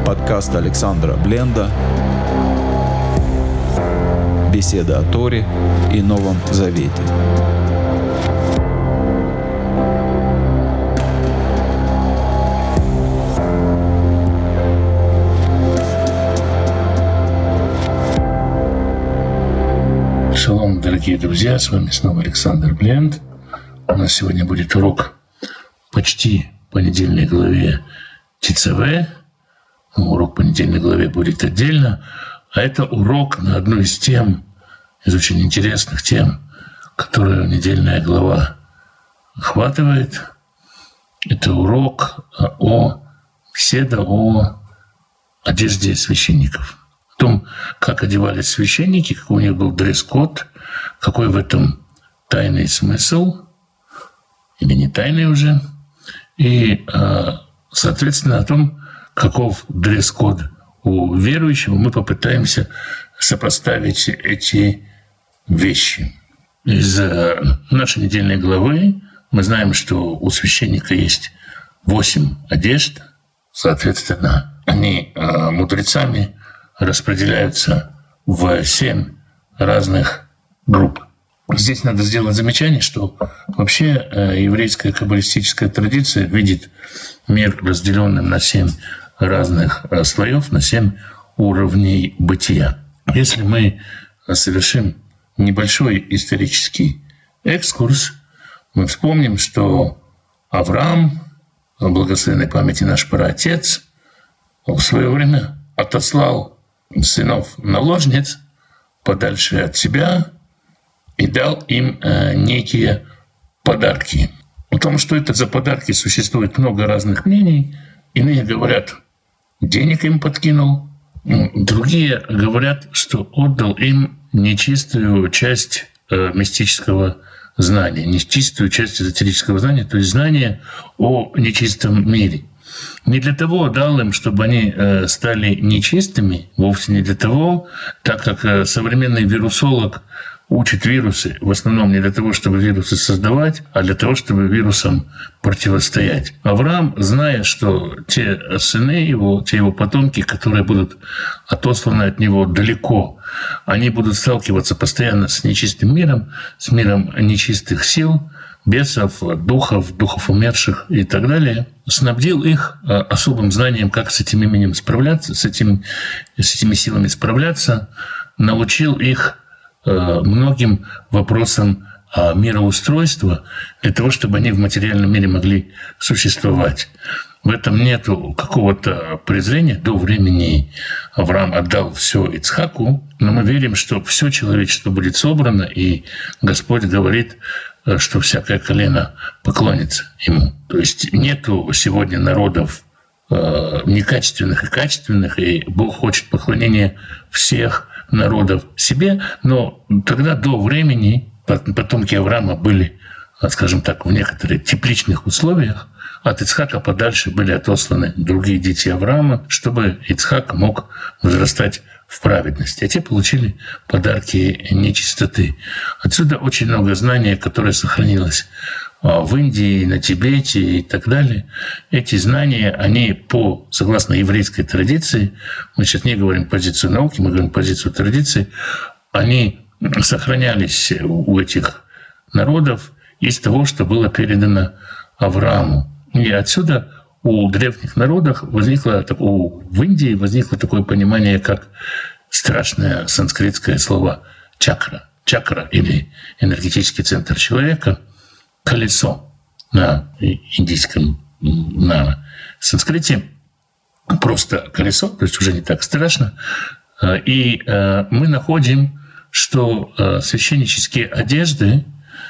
Подкаст Александра Бленда. Беседы о Торе и Новом Завете. Шалом, дорогие друзья, с вами снова Александр Бленд. У нас сегодня будет урок почти по недельной главе ТЦВ. Урок по недельной главе будет отдельно, а это урок на одну из тем, из очень интересных тем, которую недельная глава охватывает. Это урок беседа о одежде священников. О том, как одевались священники, какой у них был дресс-код, какой в этом тайный смысл, или не тайный уже, и, соответственно, о том, каков дресс-код у верующего, мы попытаемся сопоставить эти вещи. Из нашей недельной главы мы знаем, что у священника есть 8 одежд. Соответственно, они мудрецами распределяются в 7 разных групп. Здесь надо сделать замечание, что вообще еврейская каббалистическая традиция видит мир разделенным на 7 разных слоев, на 7 уровней бытия. Если мы совершим небольшой исторический экскурс, мы вспомним, что Авраам, благословенной памяти наш праотец, в свое время отослал сынов-наложниц подальше от себя и дал им некие подарки. О том, что это за подарки, существует много разных мнений. Иные говорят, денег им подкинул. Другие говорят, что отдал им нечистую часть мистического знания, нечистую часть эзотерического знания, то есть знание о нечистом мире. Не для того дал им, чтобы они стали нечистыми, вовсе не для того, так как современный вирусолог учит вирусы в основном не для того, чтобы вирусы создавать, а для того, чтобы вирусам противостоять. Авраам, зная, что те сыны его, те его потомки, которые будут отосланы от него далеко, они будут сталкиваться постоянно с нечистым миром, с миром нечистых сил, бесов, духов умерших и так далее, снабдил их особым знанием, как с этим именем справляться, с этими силами справляться, научил их многим вопросам мироустройства для того, чтобы они в материальном мире могли существовать. В этом нет какого-то презрения. До времени Авраам отдал все Ицхаку, но мы верим, что все человечество будет собрано, и Господь говорит, что всякое колено поклонится ему. То есть нету сегодня народов некачественных и качественных, и Бог хочет поклонения всех народов себе, но тогда до времени потомки Авраама были, скажем так, в некоторых тепличных условиях, от Ицхака подальше были отосланы другие дети Авраама, чтобы Ицхак мог возрастать в праведности. А те получили подарки нечистоты. Отсюда очень много знаний, которое сохранилось в Индии, на Тибете и так далее. Эти знания, они согласно еврейской традиции, мы сейчас не говорим позицию науки, мы говорим позицию традиции, они сохранялись у этих народов из того, что было передано Аврааму. И отсюда у древних народов в Индии возникло такое понимание, как страшное санскритское слово чакра. Чакра или энергетический центр человека, колесо на индийском, на санскрите, просто колесо, то есть уже не так страшно. И мы находим, что священнические одежды,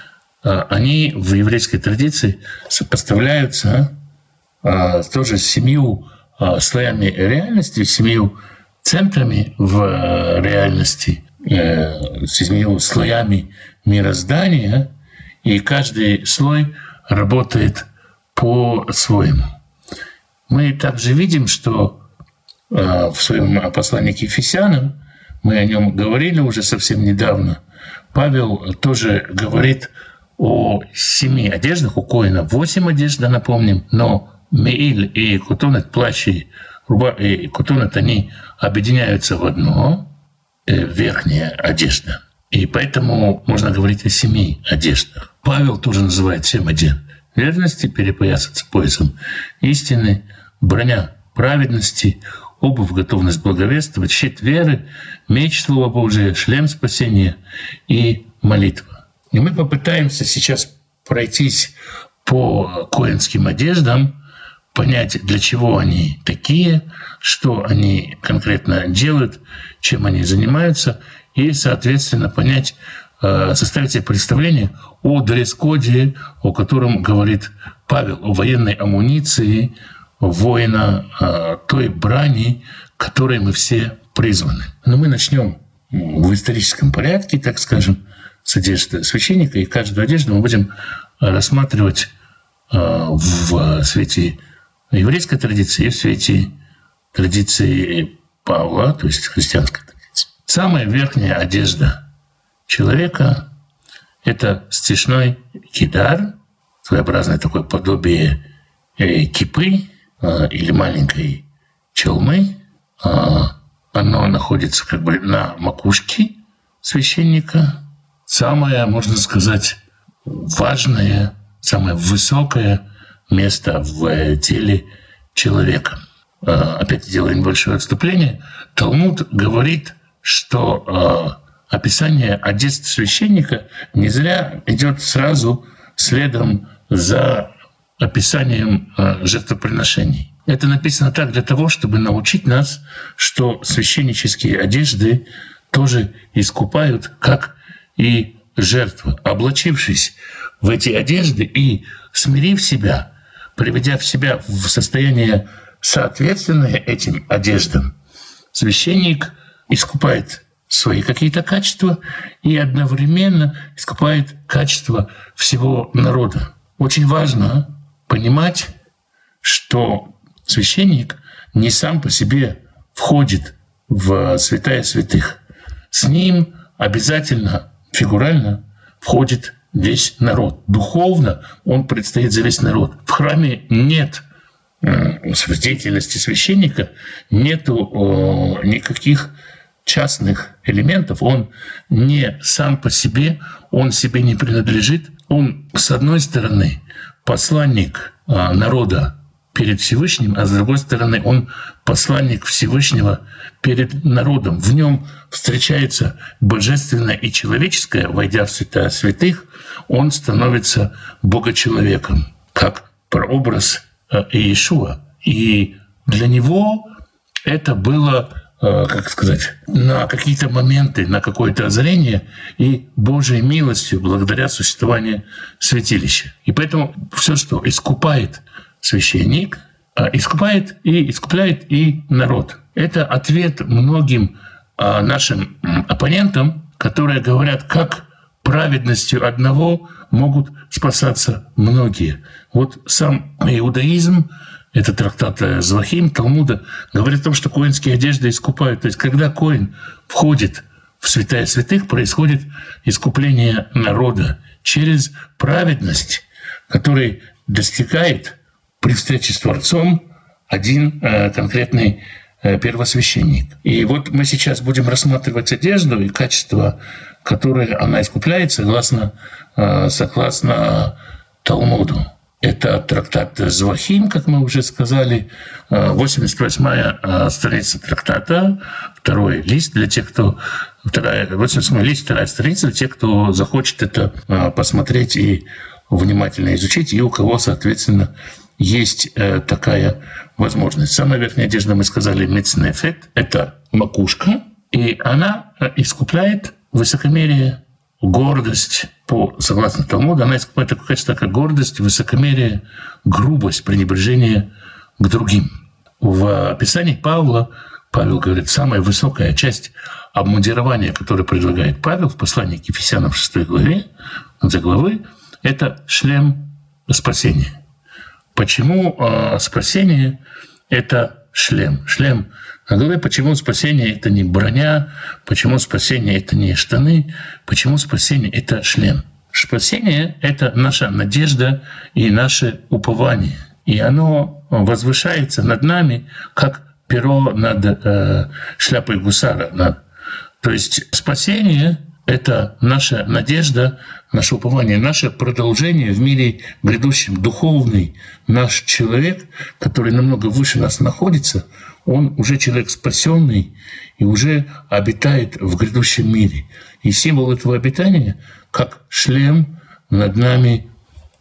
они в еврейской традиции сопоставляются тоже с 7 слоями реальности, 7 центрами в реальности, с 7 слоями мироздания, и каждый слой работает по-своему. Мы также видим, что в своем послании к Ефесянам, мы о нем говорили уже совсем недавно, Павел тоже говорит о 7 одеждах, у коэна 8 одежд, да, напомним, но меиль и кутон — это плащ и руба и кутунет, они объединяются в одно, верхняя одежда. И поэтому можно говорить о 7 одеждах. Павел тоже называет 7 одежд. Верности, перепоясаться поясом истины, броня праведности, обувь, готовность благовествовать, щит веры, меч Слова Божия, шлем спасения и молитва. И мы попытаемся сейчас пройтись по коэнским одеждам, понять, для чего они такие, что они конкретно делают, чем они занимаются, и, соответственно, понять, составить себе представление о дресс-коде, о котором говорит Павел, о военной амуниции воина, той брани, которой мы все призваны. Но мы начнем в историческом порядке, так скажем, с одежды священника, и каждую одежду мы будем рассматривать в свете еврейской традиции и в свете традиции Павла, то есть христианской традиции. Самая верхняя одежда человека — это стяжной кидар, своеобразное такое подобие кипы или маленькой челмы. Оно находится как бы на макушке священника. Самое, можно сказать, важное, самое высокое место в теле человека. Опять делаем небольшое отступление. Талмуд говорит, что описание одежды священника не зря идет сразу следом за описанием жертвоприношений. Это написано так для того, чтобы научить нас, что священнические одежды тоже искупают, как и жертва. Облачившись в эти одежды и смирив себя, приведя в себя в состояние, соответственное этим одеждам, священник искупает свои какие-то качества и одновременно искупает качество всего народа. Очень важно понимать, что священник не сам по себе входит в святая святых. С ним обязательно, фигурально входит весь народ. Духовно он предстоит за весь народ. В храме нет деятельности священника, нету никаких частных элементов. Он не сам по себе, он себе не принадлежит. Он, с одной стороны, посланник народа перед Всевышним, а с другой стороны, он посланник Всевышнего перед народом. В нем встречается божественное и человеческое. Войдя в святая святых, он становится богочеловеком, как прообраз Иешуа. И для него это было, как сказать, на какие-то моменты, на какое-то озарение и Божьей милостью благодаря существованию святилища. И поэтому все, что искупает священник, искупает и искупляет и народ. Это ответ многим нашим оппонентам, которые говорят, как праведностью одного могут спасаться многие. Вот сам иудаизм, это трактат Звахим, Талмуда, говорит о том, что коэнские одежды искупают. То есть когда коэн входит в святая святых, происходит искупление народа через праведность, который достигает при встрече с Творцом один конкретный первосвященник. И вот мы сейчас будем рассматривать одежду и качество, которое она искупляет, согласно Талмуду. Это трактат Звахим, как мы уже сказали, 88-я страница трактата, второй лист для тех, кто... 88-й лист, вторая страница для тех, кто захочет это посмотреть и внимательно изучить, и у кого, соответственно, есть такая возможность. Самая верхняя одежда, мы сказали, мицный эффект, это макушка, и она искупляет высокомерие, гордость. Согласно Талмуду, она искупает такое качество, как гордость, высокомерие, грубость, пренебрежение к другим. В описании Павел говорит, самая высокая часть обмундирования, которое предлагает Павел в послании к Ефесянам в 6 главе, это шлем спасения. Почему спасение — это шлем? Шлем на голове. Почему спасение — это не броня? Почему спасение — это не штаны? Почему спасение — это шлем? Спасение — это наша надежда и наше упование. И оно возвышается над нами, как перо над шляпой гусара. То есть спасение — это наша надежда, наше упование, наше продолжение в мире грядущем. Духовный наш человек, который намного выше нас находится, он уже человек спасенный и уже обитает в грядущем мире. И символ этого обитания, как шлем, над нами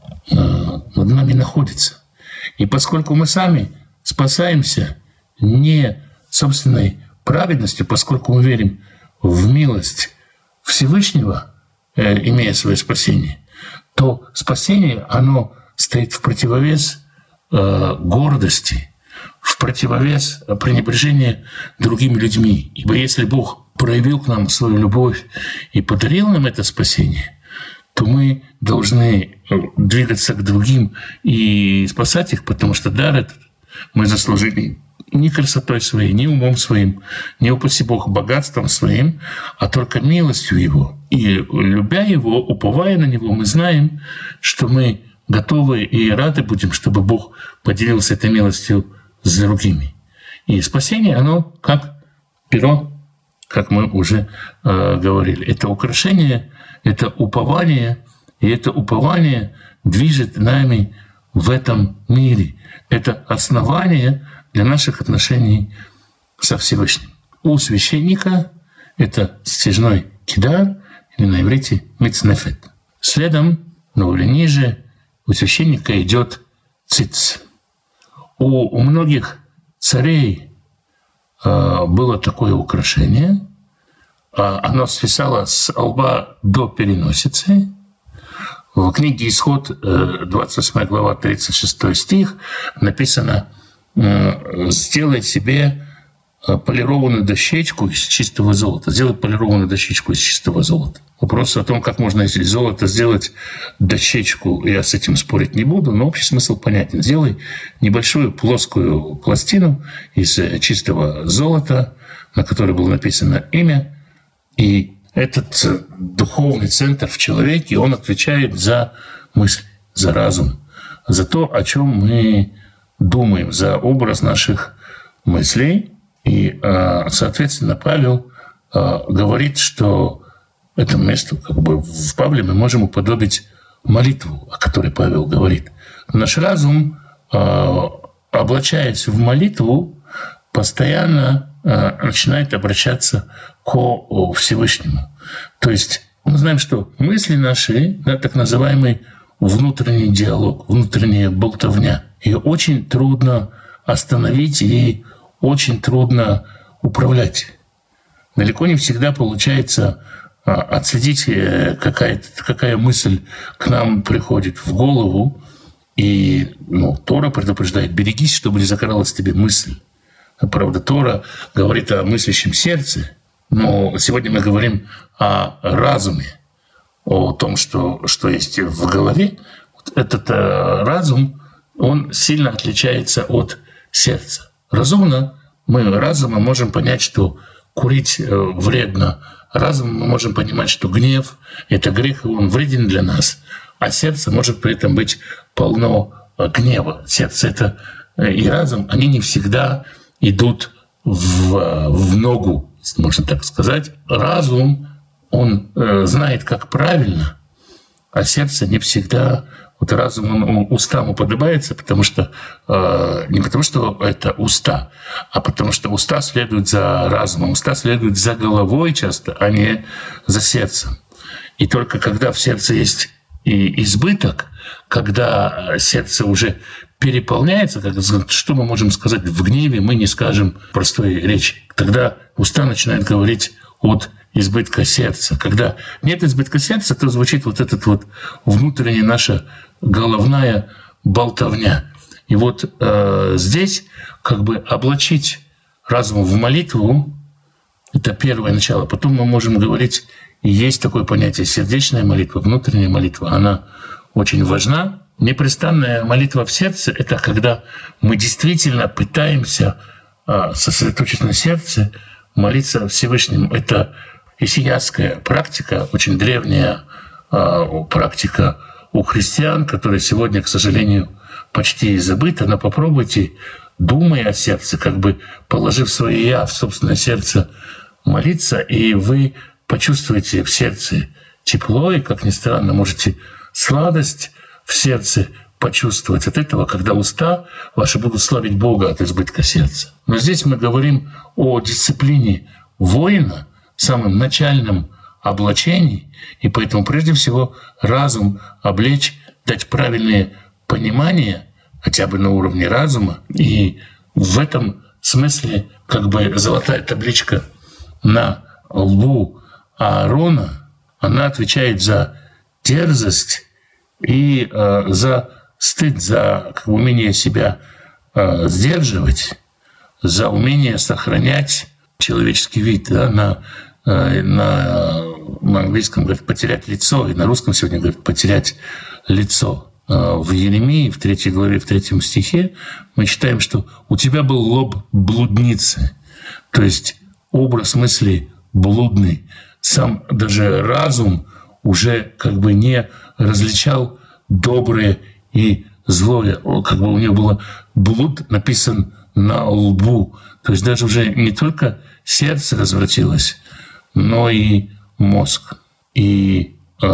находится. И поскольку мы сами спасаемся не собственной праведностью, поскольку мы верим в милость Всевышнего, имея свое спасение, то спасение, оно стоит в противовес гордости, в противовес пренебрежения другими людьми. Ибо если Бог проявил к нам свою любовь и подарил нам это спасение, то мы должны двигаться к другим и спасать их, потому что дар этот мы заслужили не красотой своей, не умом своим, не, упаси Бог, богатством своим, а только милостью Его. И любя Его, уповая на Него, мы знаем, что мы готовы и рады будем, чтобы Бог поделился этой милостью с другими. И спасение, оно как перо, как мы уже говорили. Это украшение, это упование, и это упование движет нами в этом мире. Это основание для наших отношений со Всевышним. У священника это стяжной кидар, или на иврите мицнефет. Следом, но или ниже, у священника идет циц. У многих царей было такое украшение. Оно свисало с лба до переносицы. В книге «Исход», 28 глава, 36 стих, написано: «Сделай себе полированную дощечку из чистого золота». Сделай полированную дощечку из чистого золота. Вопрос о том, как можно из золота сделать дощечку, я с этим спорить не буду, но общий смысл понятен. Сделай небольшую плоскую пластину из чистого золота, на которой было написано имя, и этот духовный центр в человеке, он отвечает за мысль, за разум, за то, о чем мы думаем, за образ наших мыслей. И, соответственно, Павел говорит, что это место, как бы в Павле мы можем уподобить молитву, о которой Павел говорит. Наш разум, облачаясь в молитву, постоянно начинает обращаться к Всевышнему. То есть мы знаем, что мысли наши, так называемый внутренний диалог, внутренняя болтовня, ее очень трудно остановить и очень трудно управлять. Далеко не всегда получается отследить, какая мысль к нам приходит в голову. И Тора предупреждает: берегись, чтобы не закралась тебе мысль. Правда, Тора говорит о мыслящем сердце, но сегодня мы говорим о разуме, о том, что есть в голове. Этот разум, он сильно отличается от сердца. Разумно мы разумом можем понять, что курить вредно. Разумом мы можем понимать, что гнев — это грех, и он вреден для нас. А сердце может при этом быть полно гнева. Сердце это и разум, они не всегда идут в ногу, можно так сказать. Разум, он знает, как правильно, а сердце не всегда. Вот разум, он устам уподобается, потому что не потому, что это уста, а потому что уста следуют за разумом, уста следуют за головой часто, а не за сердцем. И только когда в сердце есть и избыток, когда сердце уже переполняется, что мы можем сказать в гневе, мы не скажем простой речи. Тогда уста начинают говорить от избытка сердца. Когда нет избытка сердца, то звучит вот этот вот внутренняя наша головная болтовня. И вот здесь как бы облачить разум в молитву — это первое начало. Потом мы можем говорить, и есть такое понятие сердечная молитва, внутренняя молитва. Она очень важна. Непрестанная молитва в сердце — это когда мы действительно пытаемся сосредоточить на сердце, молиться Всевышнему. Это исияская практика, очень древняя практика у христиан, которая сегодня, к сожалению, почти забыта. Но попробуйте думая о сердце, как бы положив свое «я» в собственное сердце, молиться, и вы почувствуете в сердце тепло, и, как ни странно, можете сладость в сердце почувствовать от этого, когда уста ваши будут славить Бога от избытка сердца. Но здесь мы говорим о дисциплине воина, самым начальном облачении, и поэтому прежде всего разум облечь, дать правильные понимания, хотя бы на уровне разума, и в этом смысле как бы золотая табличка на лбу Аарона, она отвечает за дерзость и за стыд, за как бы, умение себя сдерживать, за умение сохранять человеческий вид. Да, на английском говорят «потерять лицо», и на русском сегодня говорят «потерять лицо». В Еремии, в 3 главе, в 3 стихе мы читаем, что «у тебя был лоб блудницы», то есть образ мысли блудный. Сам даже разум уже как бы не различал доброе и злое. Как бы у него было блуд написан на лбу. То есть даже уже не только сердце развратилось, но и мозг. И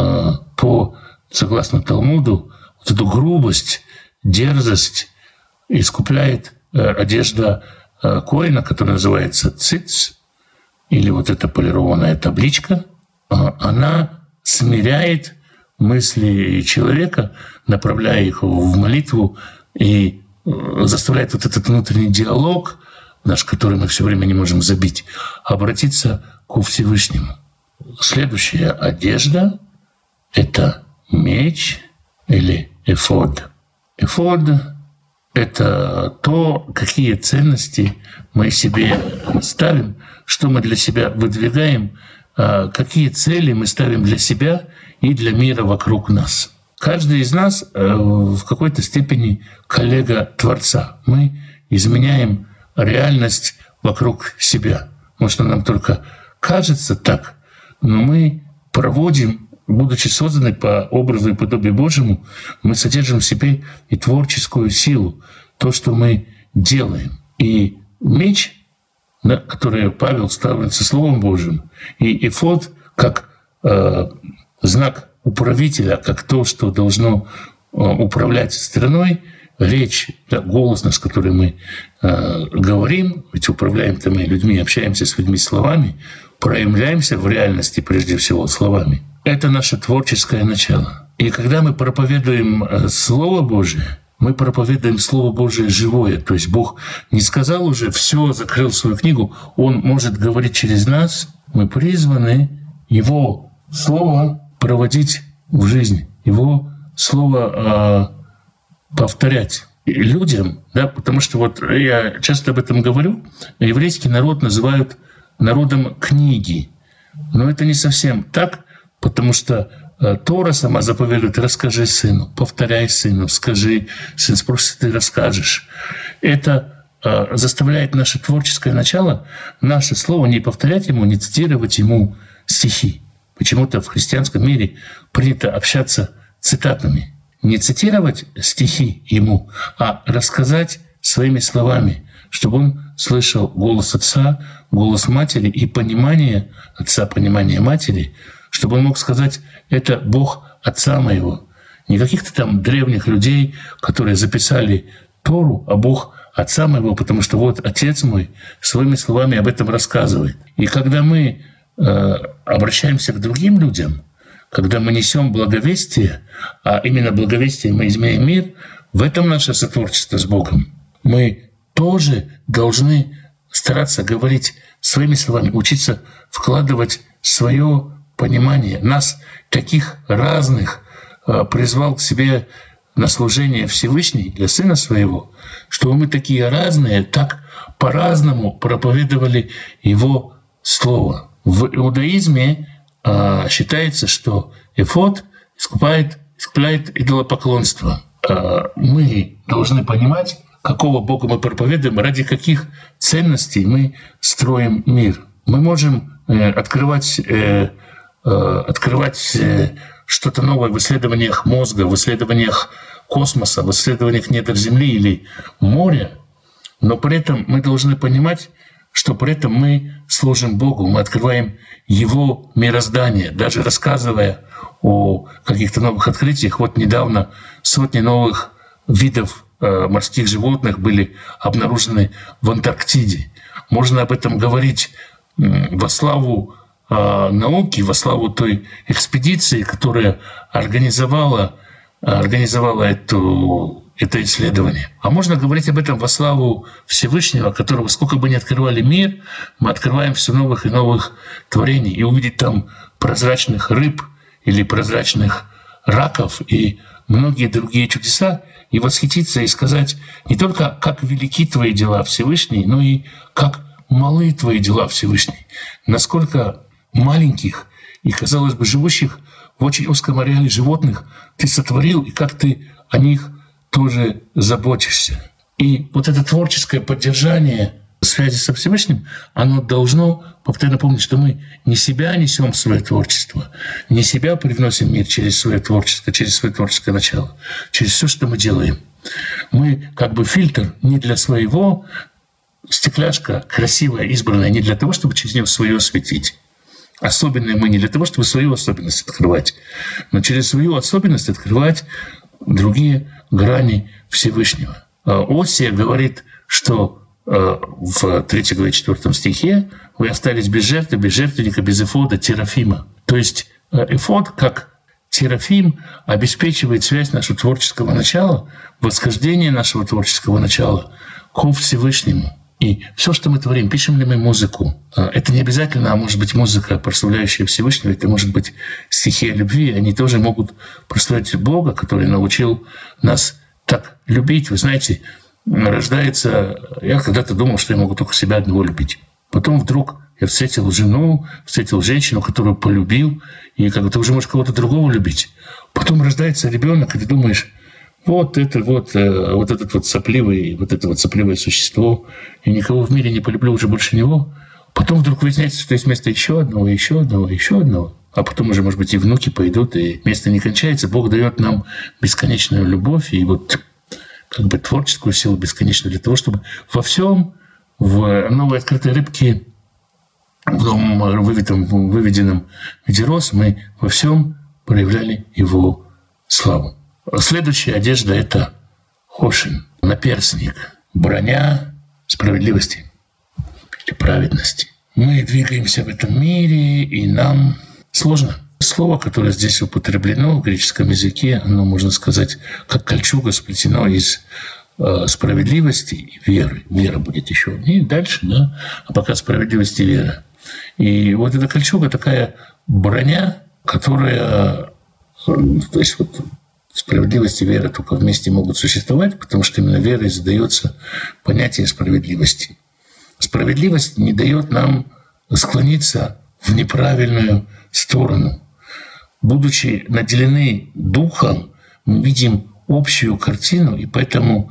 согласно Талмуду, вот эту грубость, дерзость искупляет одежда коэна, которая называется циц, или вот эта полированная табличка. Она смиряет мысли человека, направляя их в молитву и заставляет вот этот внутренний диалог, наш, который мы все время не можем забить, обратиться к Всевышнему. Следующая одежда — это меч или эфод. Эфод — это то, какие ценности мы себе ставим, что мы для себя выдвигаем, какие цели мы ставим для себя и для мира вокруг нас. Каждый из нас в какой-то степени коллега Творца. Мы изменяем реальность вокруг себя. Может, она нам только кажется так, но мы проводим, будучи созданы по образу и подобию Божьему, мы содержим в себе и творческую силу, то, что мы делаем. И меч, который Павел ставится Словом Божьим, и эфод как знак управителя, как то, что должно управлять страной, речь, да, голос наш, который мы говорим, ведь управляем-то мы людьми, общаемся с людьми словами, проявляемся в реальности прежде всего словами. Это наше творческое начало. И когда мы проповедуем Слово Божие, мы проповедуем Слово Божие живое. То есть Бог не сказал уже «все, закрыл свою книгу», Он может говорить через нас. Мы призваны Его Слово проводить в жизнь, Его Слово повторять людям, да, потому что вот я часто об этом говорю, еврейский народ называют народом книги. Но это не совсем так, потому что Тора сама заповедует: расскажи сыну, повторяй сыну, скажи, сын спросит, ты расскажешь. Это заставляет наше творческое начало, наше слово не повторять ему, не цитировать ему стихи. Почему-то в христианском мире принято общаться цитатами. Не цитировать стихи ему, а рассказать своими словами, чтобы он слышал голос отца, голос матери и понимание отца, понимание матери, чтобы он мог сказать: это Бог отца моего. Не каких-то там древних людей, которые записали Тору, а Бог отца моего, потому что вот отец мой своими словами об этом рассказывает. И когда мы обращаемся к другим людям, когда мы несем благовестие, а именно благовестие мы изменяем мир, в этом наше сотворчество с Богом. Мы тоже должны стараться говорить своими словами, учиться вкладывать свое понимание. Нас, таких разных, призвал к себе на служение Всевышний для Сына Своего, чтобы мы такие разные, так по-разному проповедовали Его Слово. В иудаизме считается, что эфод искупляет идолопоклонство. Мы должны понимать, какого Бога мы проповедуем, ради каких ценностей мы строим мир. Мы можем открывать что-то новое в исследованиях мозга, в исследованиях космоса, в исследованиях недр Земли или моря, Но при этом мы должны понимать, что при этом мы служим Богу, мы открываем Его мироздание, даже рассказывая о каких-то новых открытиях. Вот недавно сотни новых видов морских животных были обнаружены в Антарктиде. Можно об этом говорить во славу науки, во славу той экспедиции, которая организовала это исследование. А можно говорить об этом во славу Всевышнего, которого сколько бы ни открывали мир, мы открываем все новых и новых творений. И увидеть там прозрачных рыб или прозрачных раков и многие другие чудеса, и восхититься и сказать не только, как велики твои дела, Всевышний, но и как малы твои дела, Всевышний. Насколько маленьких и, казалось бы, живущих в очень узком ареале животных ты сотворил, и как ты о них тоже заботишься. И вот это творческое поддержание связи со Всевышним, оно должно постоянно помнить, что мы не себя несем в свое творчество, не себя привносим в мир через свое творческое начало, через все, что мы делаем. Мы как бы фильтр не для своего, стекляшка красивая, избранная не для того, чтобы через нее свое осветить. Особенные мы не для того, чтобы свою особенность открывать, но через свою особенность открывать другие грани Всевышнего. Осия говорит, что в 3 главе 4 стихе вы остались без жертвы, без жертвенника, без эфода, терафима. То есть эфод, как терафим, обеспечивает связь нашего творческого начала, восхождение нашего творческого начала ко Всевышнему. И все, что мы творим, пишем ли мы музыку, это не обязательно, может быть, музыка, прославляющая Всевышнего, это может быть стихи о любви, они тоже могут прославлять Бога, который научил нас так любить. Вы знаете, рождается... Я когда-то думал, что я могу только себя одного любить. Потом вдруг я встретил жену, встретил женщину, которую полюбил, и как бы ты уже можешь кого-то другого любить. Потом рождается ребенок, и ты думаешь, вот это сопливое существо, и никого в мире не полюблю уже больше него. Потом вдруг выясняется, что есть место еще одного. А потом уже, может быть, и внуки пойдут, и место не кончается. Бог дает нам бесконечную любовь и вот как бы творческую силу бесконечную для того, чтобы во всем, в новой открытой рыбке, в новом выведенном виде роз, мы во всем проявляли Его славу. Следующая одежда — это хошин, наперстник, броня справедливости или праведности. Мы двигаемся в этом мире, и нам сложно. Слово, которое здесь употреблено в греческом языке, оно, можно сказать, как кольчуга, сплетено из справедливости и веры. Вера будет еще и дальше, да? А пока справедливость и вера. И вот эта кольчуга такая броня, которая... То есть вот справедливость и вера только вместе могут существовать, потому что именно верой задается понятие справедливости. Справедливость не дает нам склониться в неправильную сторону. Будучи наделены духом, мы видим общую картину, и поэтому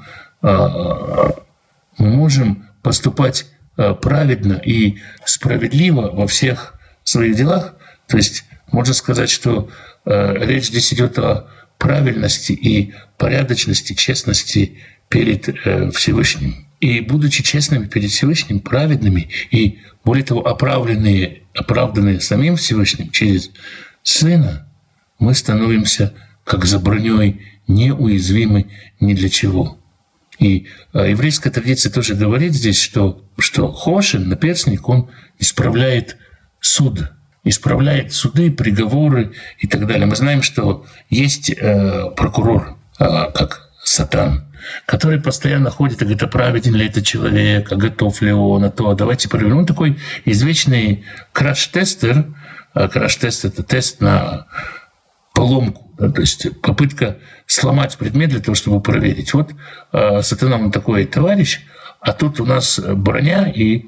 мы можем поступать праведно и справедливо во всех своих делах. То есть можно сказать, что речь здесь идет о правильности и порядочности, честности перед Всевышним. И будучи честными перед Всевышним, праведными и, более того, оправданные самим Всевышним через Сына, мы становимся, как за броней, неуязвимы ни для чего. И еврейская традиция тоже говорит здесь, что хошин, наперстник, он исправляет суд, исправляет суды, приговоры и так далее. Мы знаем, что есть прокурор, как Сатан, который постоянно ходит и говорит, а праведен ли этот человек, а готов ли он, а то давайте проверим. Он такой извечный краш-тестер. Краш-тест — это тест на поломку, да, то есть попытка сломать предмет для того, чтобы проверить. Вот Сатана, он такой товарищ, а тут у нас броня, и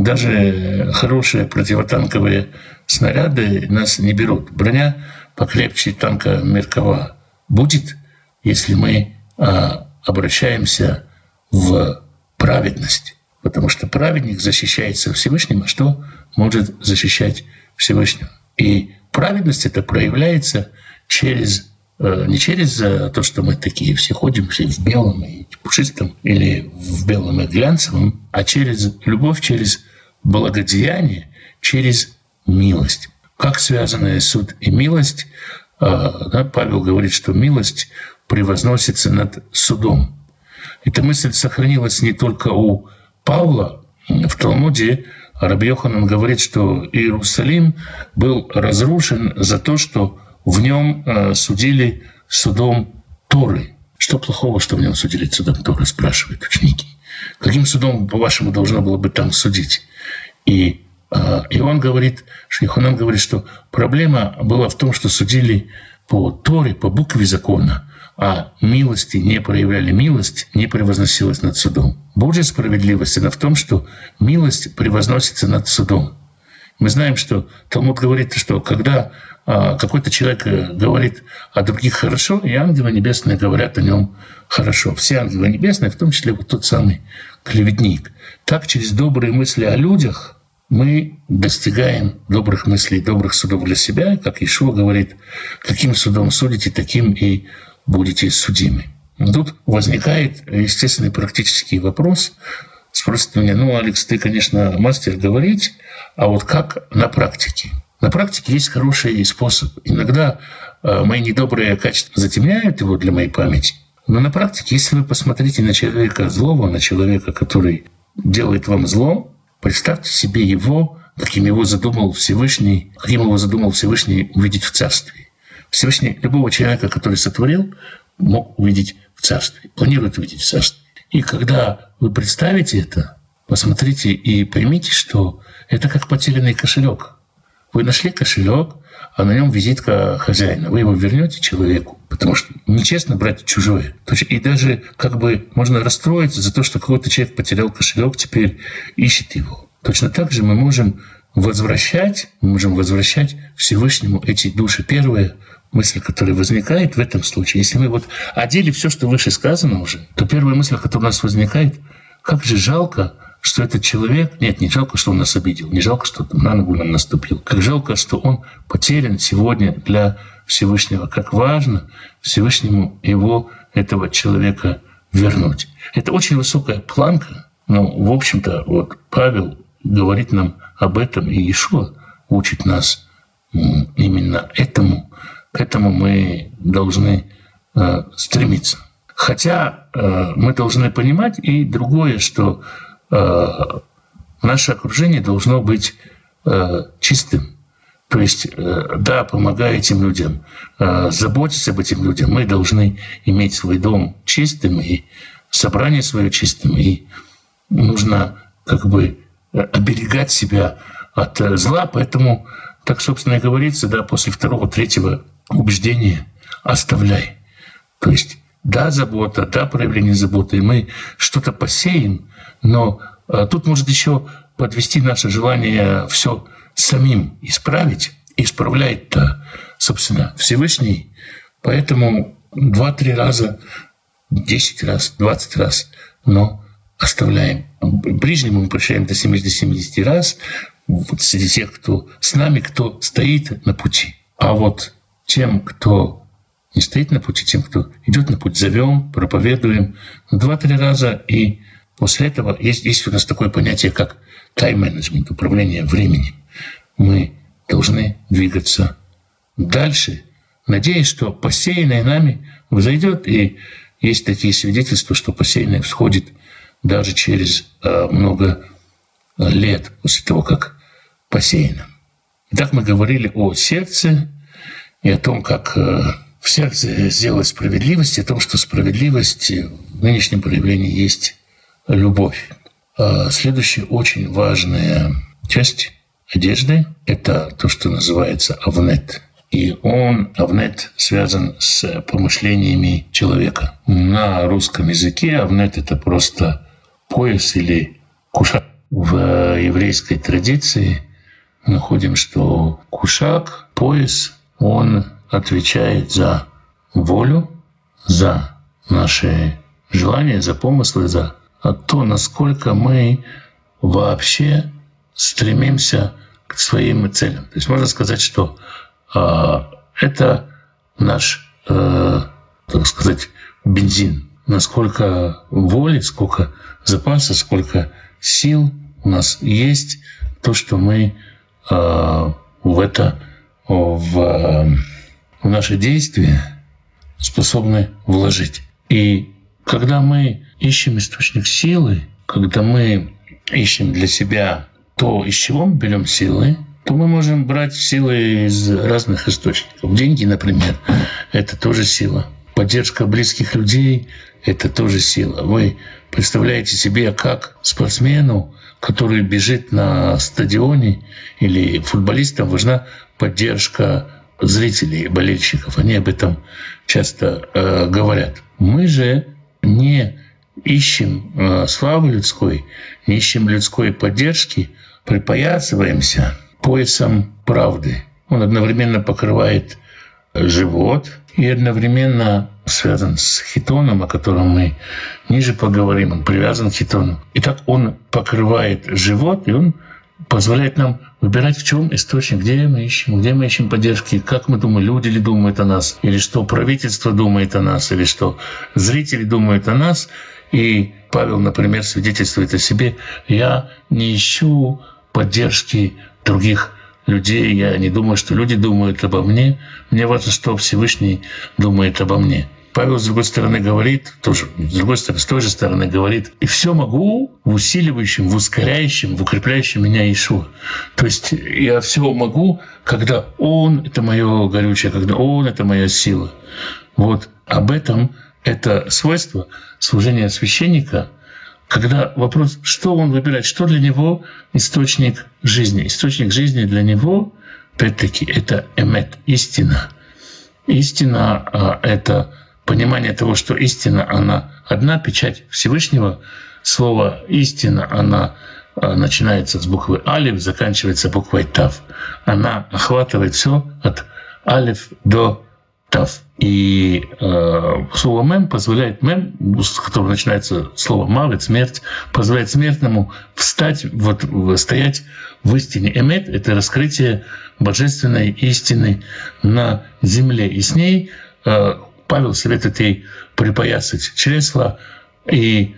даже хорошие противотанковые снаряды нас не берут. Броня покрепче танка Меркава будет, если мы обращаемся в праведность. Потому что праведник защищается Всевышним, а что может защищать Всевышнего? И праведность это проявляется через не через то, что мы такие все ходим, все в белом и пушистом, или в белом и глянцевом, а через любовь, через благодеяние, через милость. Как связаны суд и милость? Павел говорит, что милость превозносится над судом. Эта мысль сохранилась не только у Павла. В Талмуде Раби Йоханан говорит, что Иерусалим был разрушен за то, что в нем судили судом Торы. Что плохого, что в нем судили судом Торы, спрашивают ученики. Каким судом, по-вашему, должно было бы там судить? И он говорит, Йоханан говорит, что проблема была в том, что судили по Торе, по букве закона, а милости не проявляли, милость не превозносилась над судом. Божья справедливость, она в том, что милость превозносится над судом. Мы знаем, что Талмуд говорит, что когда какой-то человек говорит о других хорошо, и ангелы небесные говорят о нем хорошо. Все ангелы небесные, в том числе вот тот самый клеветник. Так через добрые мысли о людях мы достигаем добрых мыслей, добрых судов для себя. Как Иешуа говорит, каким судом судите, таким и будете судимы. Тут возникает естественный практический вопрос. Спросят меня, Алекс, ты, конечно, мастер говорить, а вот как на практике? На практике есть хороший способ. Иногда мои недобрые качества затемняют его для моей памяти. Но на практике, если вы посмотрите на человека злого, на человека, который делает вам зло, представьте себе его, каким его задумал Всевышний увидеть в царстве. Всевышний любого человека, который сотворил, мог увидеть в царстве, планирует увидеть в царстве. И когда вы представите это, посмотрите и поймите, что это как потерянный кошелек. Вы нашли кошелек, а на нем визитка хозяина. Вы его вернете человеку, потому что нечестно брать чужое. И даже можно расстроиться за то, что какой-то человек потерял кошелек, теперь ищет его. Точно так же мы можем возвращать Всевышнему эти души. Первая мысль, которая возникает в этом случае, если мы одели все, что выше сказано уже, то первая мысль, которая у нас возникает, как же жалко, что этот человек... Нет, не жалко, что он нас обидел, не жалко, что на ногу нам наступил. Как жалко, что он потерян сегодня для Всевышнего. Как важно Всевышнему этого человека вернуть. Это очень высокая планка, но, в общем-то, Павел говорит нам об этом, и Иешуа учит нас именно этому. К этому мы должны стремиться. Хотя мы должны понимать и другое, что наше окружение должно быть чистым. То есть, помогая этим людям, заботиться об этих людях, мы должны иметь свой дом чистым и собрание свое чистым. И нужно оберегать себя от зла. Поэтому, так, собственно, и говорится, после второго, третьего убеждения оставляй. То есть, забота, проявление заботы, и мы что-то посеем, но тут может еще подвести наше желание все самим исправить. Исправляет-то, собственно, Всевышний. Поэтому 2-3 раза, 10 раз, 20 раз, но оставляем. Ближнему мы прощаем до 70 раз среди тех, кто с нами, кто стоит на пути. А тем, кто не стоит на пути, тем, кто идет на путь, зовем, проповедуем 2-3 раза, и после этого есть у нас такое понятие, как тайм-менеджмент, управление временем. Мы должны двигаться дальше, надеясь, что посеянное нами взойдет, и есть такие свидетельства, что посеянное всходит даже через много лет после того, как посеяно. Итак, мы говорили о сердце и о том, как в сердце сделать справедливость, и о том, что справедливость в нынешнем проявлении есть любовь. Следующая очень важная часть одежды — это то, что называется авнет. И авнет связан с помышлениями человека. На русском языке авнет — это просто пояс или кушак. В еврейской традиции находим, что кушак, пояс, он отвечает за волю, за наши желания, за помыслы, за то, насколько мы вообще стремимся к своим целям. То есть можно сказать, что это наш так сказать, бензин. Насколько воли, сколько запаса, сколько сил у нас есть, то, что мы в наши действия способны вложить. И когда мы ищем источник силы, когда мы ищем для себя то, из чего мы берем силы, то мы можем брать силы из разных источников. Деньги, например, это тоже сила. Поддержка близких людей – это тоже сила. Вы представляете себе, как спортсмену, который бежит на стадионе, или футболистам важна поддержка зрителей, болельщиков. Они об этом часто говорят. Мы же не ищем славы людской, не ищем людской поддержки, припоясываемся поясом правды. Он одновременно покрывает живот и одновременно связан с хитоном, о котором мы ниже поговорим. Он привязан к хитону. Итак, он покрывает живот, и он позволяет нам выбирать, в чем источник, где мы ищем поддержки, как мы думаем, люди ли думают о нас, или что правительство думает о нас, или что зрители думают о нас. И Павел, например, свидетельствует о себе: «Я не ищу поддержки других людей, я не думаю, что люди думают обо мне, мне важно, что Всевышний думает обо мне». Павел, с другой стороны, говорит, тоже, с той же стороны говорит: «И все могу в усиливающем, в ускоряющем, в укрепляющем меня Иешуа». То есть я все могу, когда Он — это мое горючее, когда Он — это моя сила. Вот об этом это свойство служения священника, когда вопрос, что он выбирает, что для него источник жизни. Источник жизни для него, опять-таки, это эмет, истина. Истина — это понимание того, что истина, она одна, печать Всевышнего. Слово «истина», она начинается с буквы «алев», заканчивается буквой «тав». Она охватывает все от «алев» до «тав». И слово «мем» позволяет, с которого начинается слово «мавет», смерть, позволяет смертному встать, стоять в истине. Эмет — это раскрытие божественной истины на земле. И с ней Павел советует ей припоясать чресла, и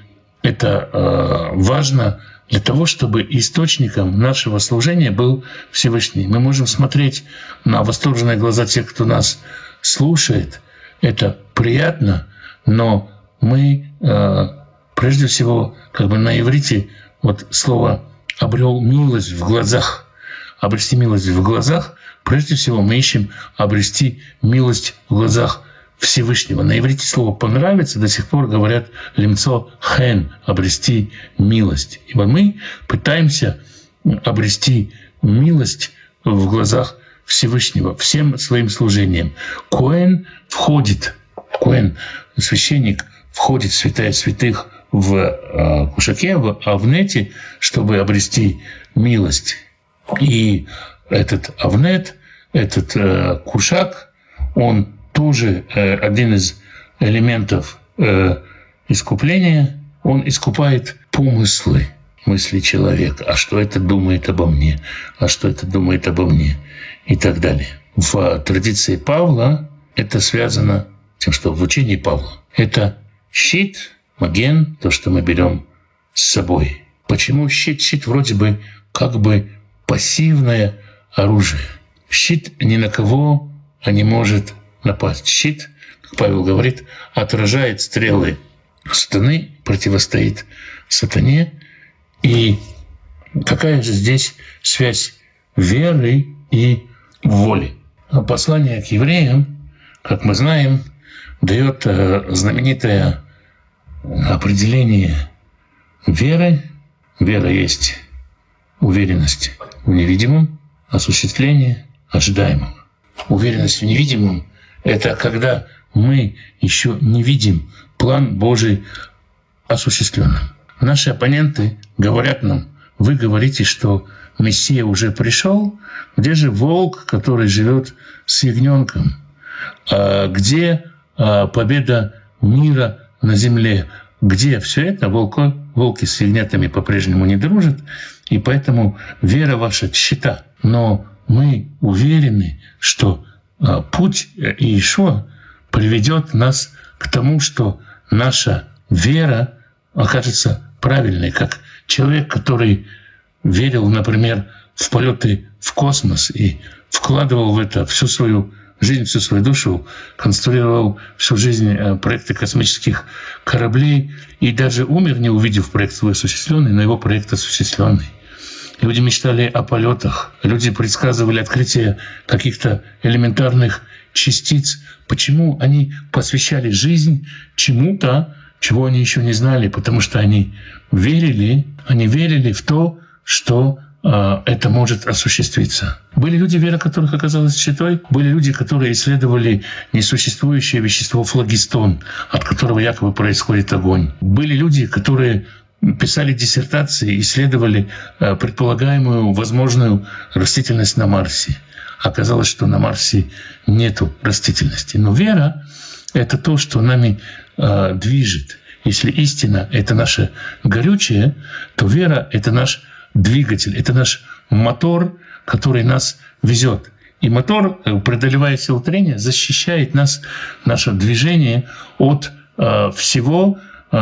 это важно для того, чтобы источником нашего служения был Всевышний. Мы можем смотреть на восторженные глаза тех, кто нас слушает. Это приятно, но мы прежде всего, на иврите, слово «обрел милость в глазах», обрести милость в глазах, прежде всего мы ищем обрести милость в глазах Всевышнего. На иврите слово «понравится» до сих пор говорят «лимцо хэн» — обрести милость. Ибо мы пытаемся обрести милость в глазах Всевышнего всем своим служением. Коэн входит, священник, входит в святая святых в кушаке, в авнете, чтобы обрести милость. И этот авнет, этот кушак, он тоже один из элементов искупления. Он искупает помыслы, мысли человека. А что это думает обо мне? А что это думает обо мне? И так далее. В традиции Павла это связано с тем, что в учении Павла это щит, маген, то, что мы берем с собой. Почему щит? Щит вроде бы пассивное оружие. Щит ни на кого не может напасть. Щит, как Павел говорит, отражает стрелы сатаны, противостоит сатане. И какая же здесь связь веры и воли? Послание к евреям, как мы знаем, дает знаменитое определение веры. Вера есть уверенность в невидимом, осуществление ожидаемого. Уверенность в невидимом — это когда мы еще не видим план Божий осуществленным. Наши оппоненты говорят нам: вы говорите, что Мессия уже пришел, где же волк, который живет с ягненком? Где победа мира на земле? Где все это? Волки с ягнятами по-прежнему не дружат, и поэтому вера ваша тщета. Но мы уверены, что путь Иешуа приведет нас к тому, что наша вера окажется правильной, как человек, который верил, например, в полеты в космос и вкладывал в это всю свою жизнь, всю свою душу, конструировал всю жизнь проекты космических кораблей и даже умер, не увидев проект свой осуществленный, но его проект осуществленный. Люди мечтали о полетах, люди предсказывали открытие каких-то элементарных частиц. Почему они посвящали жизнь чему-то, чего они еще не знали? Потому что они верили в то, что это может осуществиться. Были люди, вера которых оказалась святой, были люди, которые исследовали несуществующее вещество флогистон, от которого якобы происходит огонь. Были люди, которые писали диссертации, исследовали предполагаемую возможную растительность на Марсе. Оказалось, что на Марсе нету растительности. Но вера — это то, что нами движет. Если истина — это наше горючее, то вера — это наш двигатель, это наш мотор, который нас везет. И мотор, преодолевая силу трения, защищает нас, наше движение от всего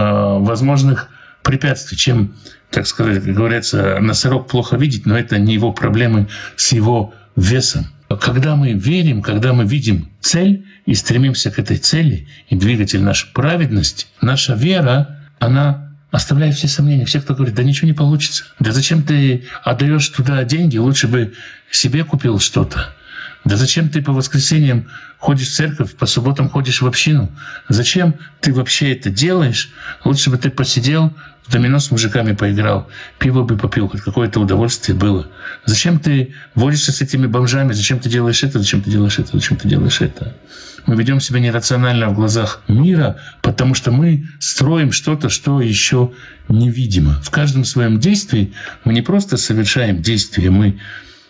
возможных препятствий. Чем, так сказать, как говорится, носорог плохо видит, но это не его проблемы с его весом. Когда мы верим, когда мы видим цель и стремимся к этой цели, и двигатель наша праведность, наша вера, она оставляет все сомнения. Все, кто говорит, да ничего не получится. Да зачем ты отдаешь туда деньги? Лучше бы себе купил что-то. Да зачем ты по воскресеньям ходишь в церковь, по субботам ходишь в общину? Зачем ты вообще это делаешь? Лучше бы ты посидел, в домино с мужиками поиграл, пиво бы попил, хоть какое-то удовольствие было. Зачем ты водишься с этими бомжами? Зачем ты делаешь это? Зачем ты делаешь это? Зачем ты делаешь это? Мы ведем себя нерационально в глазах мира, потому что мы строим что-то, что еще невидимо. В каждом своем действии мы не просто совершаем действие, мы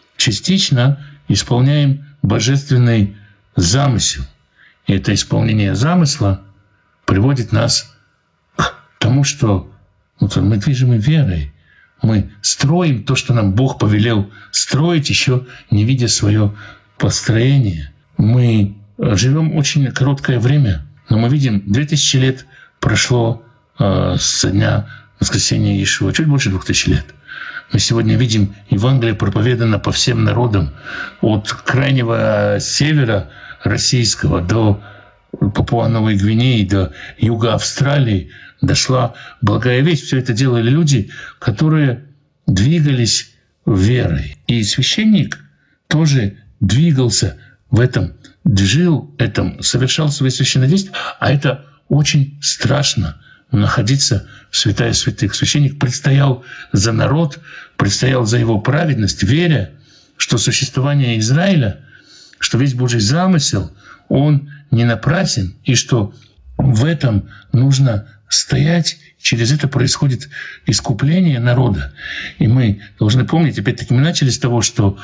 частично исполняем божественный замысел. И это исполнение замысла приводит нас к тому, что мы движимы верой. Мы строим то, что нам Бог повелел строить, еще не видя свое построение. Мы живем очень короткое время, но мы видим, 2000 лет прошло со дня воскресения Иешуа, чуть больше 2000 лет. Мы сегодня видим, Евангелие проповедано по всем народам, от крайнего севера российского до Папуа-Новой Гвинеи, до юга Австралии дошла благая весть. Все это делали люди, которые двигались верой. И священник тоже двигался в этом, жил этом, совершал свои священнодействия. А это очень страшно — находиться в святая святых. Священник предстоял за народ, предстоял за его праведность, веря, что существование Израиля, что весь Божий замысел, он не напрасен, и что в этом нужно стоять, через это происходит искупление народа. И мы должны помнить, опять-таки мы начали с того, что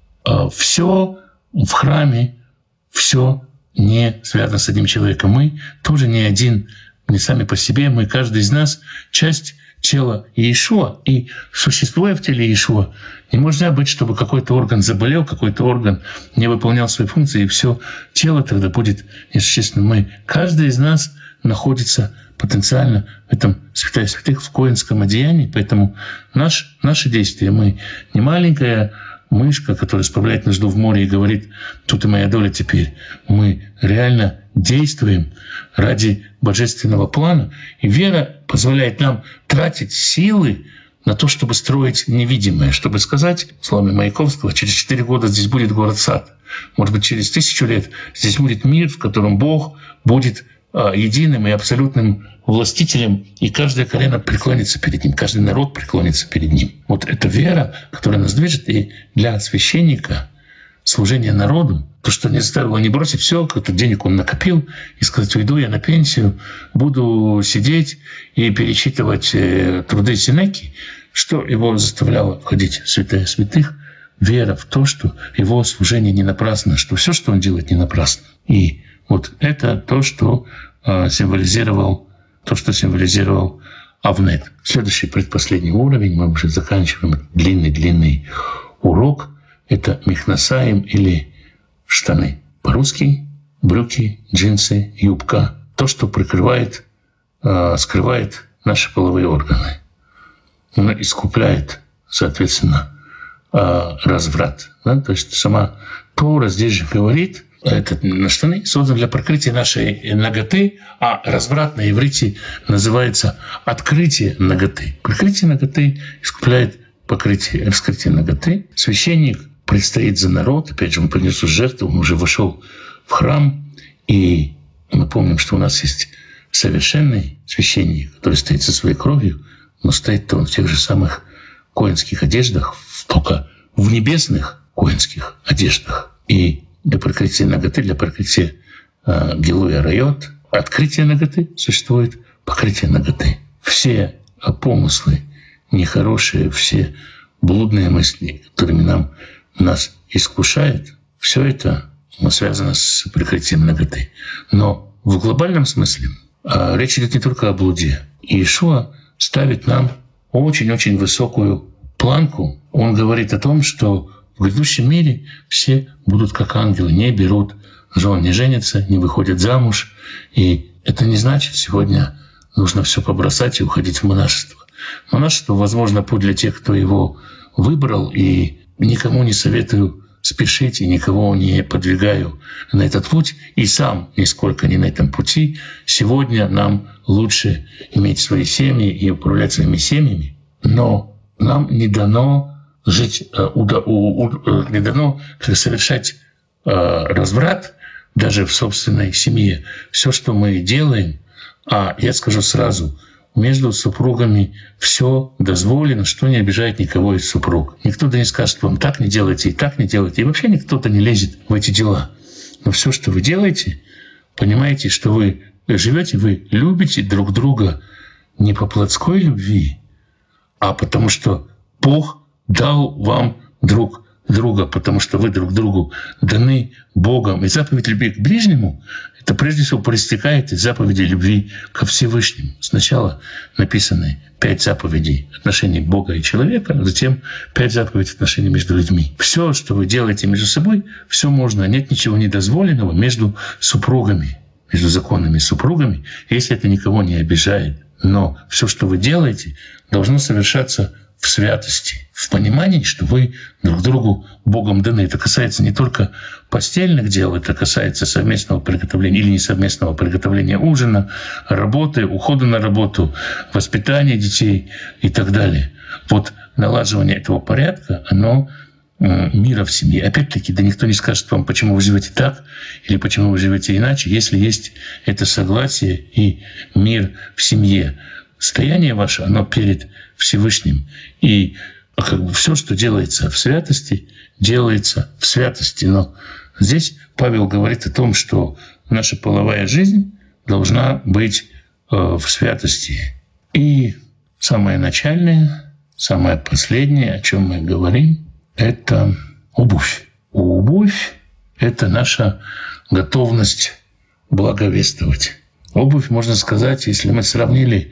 все в храме, все не связано с одним человеком. Мы тоже не один, не сами по себе, мы, каждый из нас, часть тела Иешуа. И существуя в теле Иешуа, не может быть, чтобы какой-то орган заболел, какой-то орган не выполнял свои функции, и все тело тогда будет несущественным. Мы, каждый из нас находится потенциально в этом святая святых, в коэнском одеянии, поэтому наши действия, мы не маленькая мышка, которая справляет нужду в море и говорит: тут и моя доля теперь. Мы реально действуем ради божественного плана. И вера позволяет нам тратить силы на то, чтобы строить невидимое, чтобы сказать, словами Маяковского, через 4 года здесь будет город-сад. Может быть, через 1000 лет здесь будет мир, в котором Бог будет единым и абсолютным властителем, и каждое колено преклонится перед Ним, каждый народ преклонится перед Ним. Вот это вера, которая нас движет, и для священника служение народу, то, что не заставило не бросить все, какой-то денег он накопил, и сказать: уйду я на пенсию, буду сидеть и перечитывать труды Сенеки, что его заставляло входить в святая святых, вера в то, что его служение не напрасно, что все, что он делает, не напрасно. И вот это то, что символизировал Авнет. Следующий, предпоследний уровень, мы уже заканчиваем длинный урок. Это михнасаим или штаны. По-русски брюки, джинсы, юбка. То, что прикрывает, скрывает наши половые органы. Оно искупляет, соответственно, разврат. Да? То есть сама Тора здесь же говорит, это штаны созданы для покрытия нашей наготы, а разврат на иврите называется открытие наготы. Прикрытие наготы искупляет раскрытие наготы. Священник предстоит за народ, опять же, он принес жертву, он уже вошел в храм, и мы помним, что у нас есть совершенный священник, который стоит со своей кровью, но стоит-то он в тех же самых коэнских одеждах, только в небесных коэнских одеждах. И для прикрытия наготы, для прикрытия гилуя райот, открытия наготы существует покрытие наготы. Все помыслы нехорошие, все блудные мысли, которыми нас искушает, все это связано с прикрытием наготы. Но в глобальном смысле речь идет не только о блуде. Иешуа ставит нам очень-очень высокую планку. Он говорит о том, что в грядущем мире все будут как ангелы, не берут жен, не женятся, не выходят замуж. И это не значит, сегодня нужно все побросать и уходить в монашество. Монашество, возможно, путь для тех, кто его выбрал, и никому не советую спешить, и никого не подвигаю на этот путь, и сам нисколько не на этом пути. Сегодня нам лучше иметь свои семьи и управлять своими семьями, но нам не дано жить, не дано совершать разврат даже в собственной семье. Все, что мы делаем, я скажу сразу, между супругами все дозволено, что не обижает никого из супруг. Никто не скажет вам так не делайте и так не делайте. И вообще никто-то не лезет в эти дела. Но все, что вы делаете, понимаете, что вы живете, вы любите друг друга не по плотской любви, а потому что Бог дал вам друг друга, потому что вы друг другу даны Богом. И заповедь любви к ближнему — это прежде всего проистекает из заповеди любви ко Всевышнему. Сначала написаны 5 заповедей отношений Бога и человека, а затем 5 заповедей отношений между людьми. Все, что вы делаете между собой, все можно. Нет ничего недозволенного между супругами, между законными супругами, если это никого не обижает. Но все, что вы делаете, должно совершаться в святости, в понимании, что вы друг другу Богом даны. Это касается не только постельных дел, это касается совместного приготовления или несовместного приготовления ужина, работы, ухода на работу, воспитания детей и так далее. Вот налаживание этого порядка, оно мира в семье. Опять-таки, да никто не скажет вам, почему вы живете так или почему вы живете иначе, если есть это согласие и мир в семье. Состояние ваше, оно перед Всевышним. И все, что делается в святости, делается в святости. Но здесь Павел говорит о том, что наша половая жизнь должна быть в святости. И самое начальное, самое последнее, о чем мы говорим, это обувь. Обувь — это наша готовность благовествовать. Обувь, можно сказать, если мы сравнили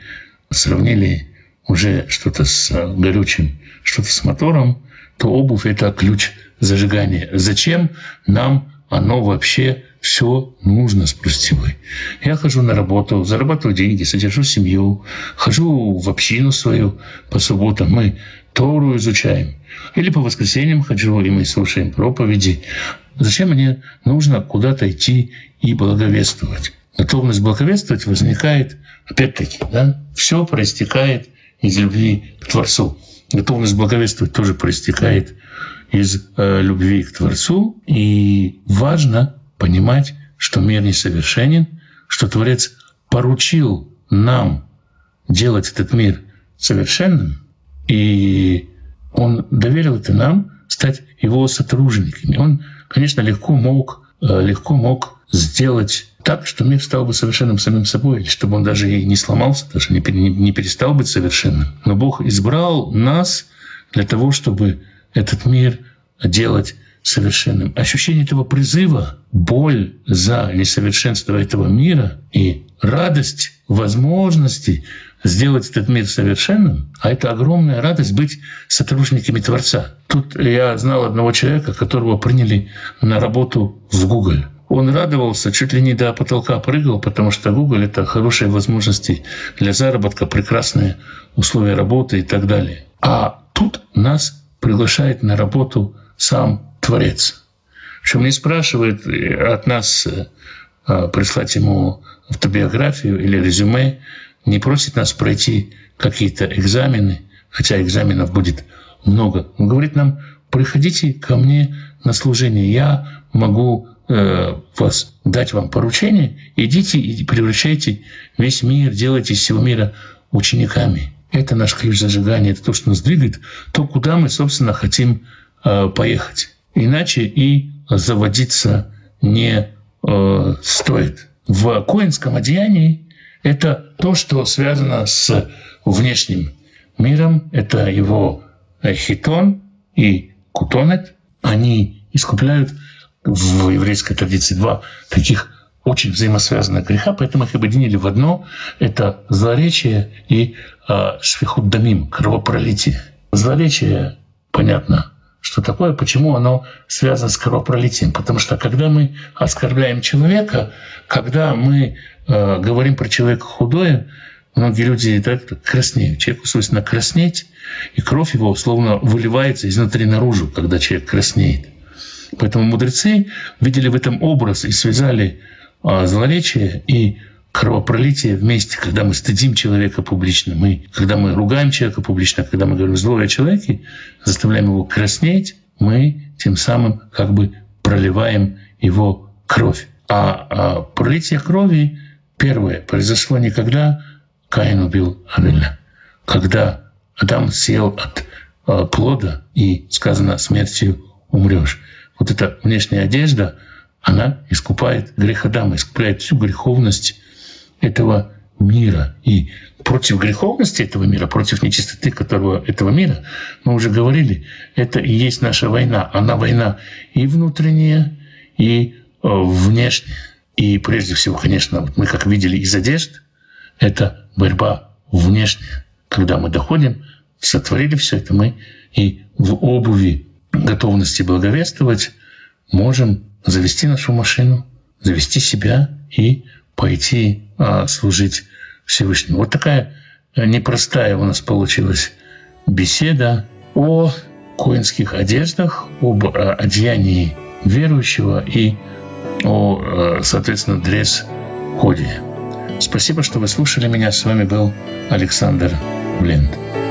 уже что-то с горючим, что-то с мотором, то обувь — это ключ зажигания. Зачем нам оно вообще все нужно, спросите вы? Я хожу на работу, зарабатываю деньги, содержу семью, хожу в общину свою по субботам, мы Тору изучаем. Или по воскресеньям хожу, и мы слушаем проповеди. Зачем мне нужно куда-то идти и благовествовать? Готовность благовествовать возникает, опять-таки, все проистекает из любви к Творцу. Готовность благовествовать тоже проистекает из любви к Творцу. И важно понимать, что мир несовершенен, что Творец поручил нам делать этот мир совершенным, и Он доверил это нам стать Его сотрудниками. Он, конечно, легко мог сделать так, что мир стал бы совершенным самим собой, или чтобы он даже и не сломался, даже не перестал быть совершенным. Но Бог избрал нас для того, чтобы этот мир делать совершенным. Ощущение этого призыва, боль за несовершенство этого мира и радость возможности сделать этот мир совершенным, а это огромная радость быть сотрудниками Творца. Тут я знал одного человека, которого приняли на работу в Google. он радовался, чуть ли не до потолка прыгал, потому что Google — это хорошие возможности для заработка, прекрасные условия работы и так далее. А тут нас приглашает на работу сам Творец. Причем не спрашивает от нас прислать ему автобиографию или резюме, не просит нас пройти какие-то экзамены, хотя экзаменов будет много. Он говорит нам: приходите ко мне на служение, я могу дать вам поручение, идите и превращайте весь мир, делайте из всего мира учениками. Это наш ключ зажигания, это то, что нас двигает, то, куда мы, собственно, хотим поехать. Иначе и заводиться не стоит. В коэнском одеянии это то, что связано с внешним миром, это его хитон и кутонет. Они искупляют в еврейской традиции два таких очень взаимосвязанных греха, поэтому их объединили в одно. Это злоречие и швихут дамим, кровопролитие. Злоречие, понятно, что такое, почему оно связано с кровопролитием. Потому что когда мы оскорбляем человека, когда мы говорим про человека худое, многие люди краснеют. Человеку свойственно краснеть, и кровь его словно выливается изнутри наружу, когда человек краснеет. Поэтому мудрецы видели в этом образ и связали злоречие и кровопролитие вместе, когда мы стыдим человека публично, когда мы ругаем человека публично, когда мы говорим злое о человеке, заставляем его краснеть, мы тем самым как бы проливаем его кровь. А пролитие крови первое произошло не когда Каин убил Авеля, когда Адам съел от плода и сказано: смертью умрешь. Вот эта внешняя одежда, она искупает грех Адама, искупляет всю греховность этого мира. И против греховности этого мира, против нечистоты этого мира, мы уже говорили, это и есть наша война. Она война и внутренняя, и внешняя. И прежде всего, конечно, вот мы, как видели из одежд, это борьба внешняя. Когда мы доходим, сотворили все это, мы и в обуви готовности благовествовать можем завести нашу машину, завести себя и пойти служить Всевышнему. Вот такая непростая у нас получилась беседа о коэнских одеждах, об одеянии верующего и о, соответственно, дресс-коде. Спасибо, что вы слушали меня. С вами был Александр Бленд.